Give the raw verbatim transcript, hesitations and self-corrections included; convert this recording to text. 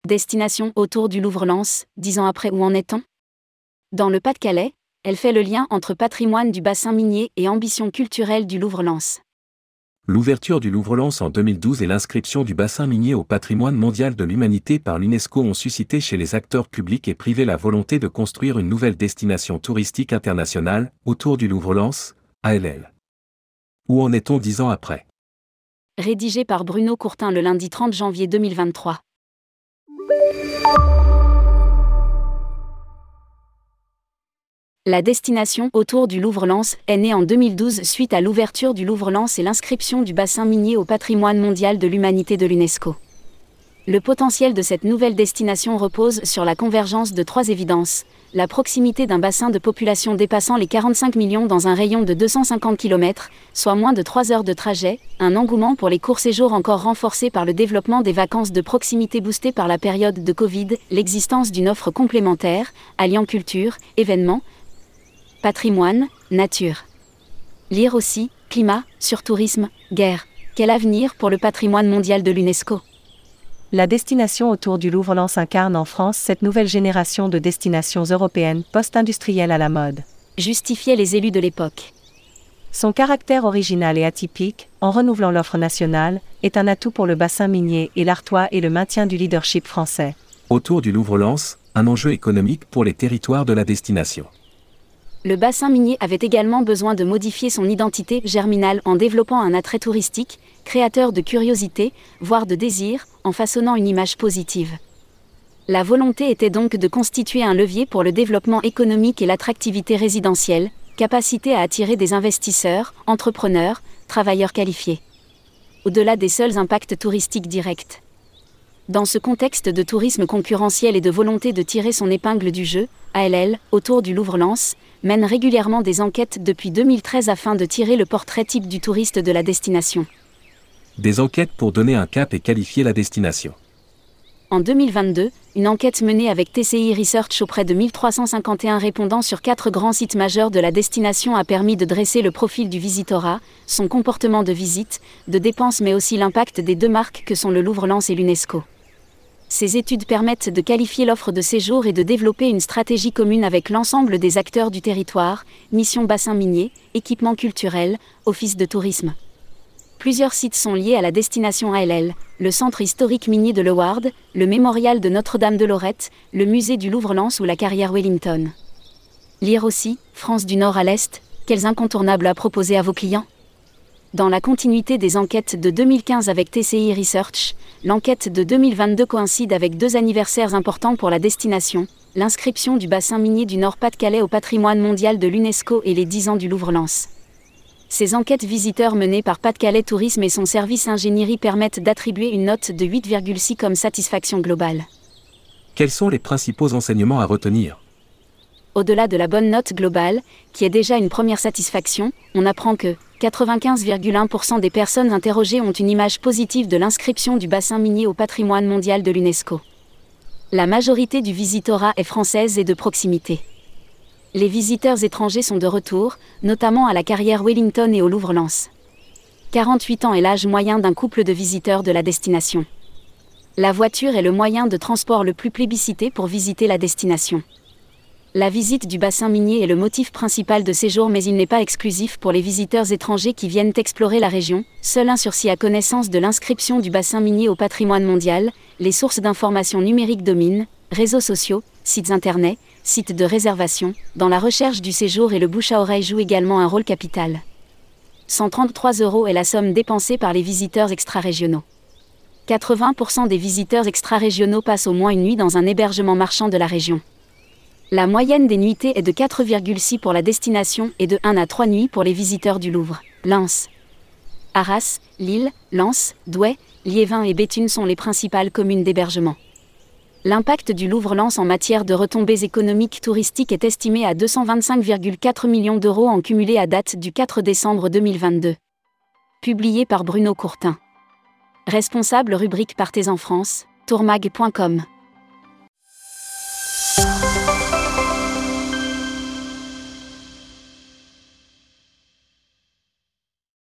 Destination autour du Louvre-Lens, dix ans après, où en est-on ? Dans le Pas-de-Calais, elle fait le lien entre patrimoine du bassin minier et ambition culturelle du Louvre-Lens. L'ouverture du Louvre-Lens en deux mille douze et l'inscription du bassin minier au patrimoine mondial de l'humanité par l'UNESCO ont suscité chez les acteurs publics et privés la volonté de construire une nouvelle destination touristique internationale autour du Louvre-Lens, A L L. Où en est-on dix ans après ? Rédigé par Bruno Courtin le lundi trente janvier deux mille vingt-trois. La destination autour du Louvre-Lens est née en deux mille douze suite à l'ouverture du Louvre-Lens et l'inscription du bassin minier au patrimoine mondial de l'humanité de l'UNESCO. Le potentiel de cette nouvelle destination repose sur la convergence de trois évidences: la proximité d'un bassin de population dépassant les quarante-cinq millions dans un rayon de deux cent cinquante kilomètres, soit moins de trois heures de trajet, un engouement pour les courts séjours encore renforcé par le développement des vacances de proximité boosté par la période de Covid, l'existence d'une offre complémentaire, alliant culture, événements, patrimoine, nature. Lire aussi, climat, surtourisme, guerre. Quel avenir pour le patrimoine mondial de l'UNESCO ? La destination autour du Louvre-Lens incarne en France cette nouvelle génération de destinations européennes post-industrielles à la mode. Justifiaient les élus de l'époque. Son caractère original et atypique, en renouvelant l'offre nationale, est un atout pour le bassin minier et l'Artois et le maintien du leadership français. Autour du Louvre-Lens, un enjeu économique pour les territoires de la destination. Le bassin minier avait également besoin de modifier son identité germinale en développant un attrait touristique, créateur de curiosité, voire de désir, en façonnant une image positive. La volonté était donc de constituer un levier pour le développement économique et l'attractivité résidentielle, capacité à attirer des investisseurs, entrepreneurs, travailleurs qualifiés. Au-delà des seuls impacts touristiques directs. Dans ce contexte de tourisme concurrentiel et de volonté de tirer son épingle du jeu, A L L, autour du Louvre-Lens, mène régulièrement des enquêtes depuis deux mille treize afin de tirer le portrait type du touriste de la destination. Des enquêtes pour donner un cap et qualifier la destination. En deux mille vingt-deux, une enquête menée avec T C I Research auprès de mille trois cent cinquante et un répondants sur quatre grands sites majeurs de la destination a permis de dresser le profil du visitorat, son comportement de visite, de dépenses mais aussi l'impact des deux marques que sont le Louvre-Lens et l'UNESCO. Ces études permettent de qualifier l'offre de séjour et de développer une stratégie commune avec l'ensemble des acteurs du territoire, mission bassin minier, équipement culturel, office de tourisme. Plusieurs sites sont liés à la destination A L L, le centre historique minier de Leeuwarden, le mémorial de Notre-Dame-de-Lorette, le musée du Louvre-Lens ou la carrière Wellington. Lire aussi, France du Nord à l'Est, quels incontournables à proposer à vos clients ? Dans la continuité des enquêtes de deux mille quinze avec T C I Research, l'enquête de deux mille vingt-deux coïncide avec deux anniversaires importants pour la destination, l'inscription du bassin minier du Nord-Pas-de-Calais au patrimoine mondial de l'UNESCO et les dix ans du Louvre-Lens. Ces enquêtes visiteurs menées par Pas-de-Calais Tourisme et son service ingénierie permettent d'attribuer une note de huit virgule six comme satisfaction globale. Quels sont les principaux enseignements à retenir ? Au-delà de la bonne note globale, qui est déjà une première satisfaction, on apprend que quatre-vingt-quinze virgule un pour cent des personnes interrogées ont une image positive de l'inscription du bassin minier au patrimoine mondial de l'UNESCO. La majorité du visitorat est française et de proximité. Les visiteurs étrangers sont de retour, notamment à la carrière Wellington et au Louvre-Lens. quarante-huit ans est l'âge moyen d'un couple de visiteurs de la destination. La voiture est le moyen de transport le plus plébiscité pour visiter la destination. La visite du bassin minier est le motif principal de séjour mais il n'est pas exclusif pour les visiteurs étrangers qui viennent explorer la région. Seul un sursis a connaissance de l'inscription du bassin minier au patrimoine mondial, les sources d'informations numériques dominent, réseaux sociaux, sites internet, sites de réservation, dans la recherche du séjour et le bouche à oreille joue également un rôle capital. cent trente-trois euros est la somme dépensée par les visiteurs extra-régionaux. quatre-vingts pour cent des visiteurs extra-régionaux passent au moins une nuit dans un hébergement marchand de la région. La moyenne des nuitées est de quatre virgule six pour la destination et de un à trois nuits pour les visiteurs du Louvre. Lens, Arras, Lille, Lens, Douai, Liévin et Béthune sont les principales communes d'hébergement. L'impact du Louvre-Lens en matière de retombées économiques touristiques est estimé à deux cent vingt-cinq virgule quatre millions d'euros en cumulé à date du quatre décembre deux mille vingt-deux. Publié par Bruno Courtin. Responsable rubrique Partez en France, tourmag point com.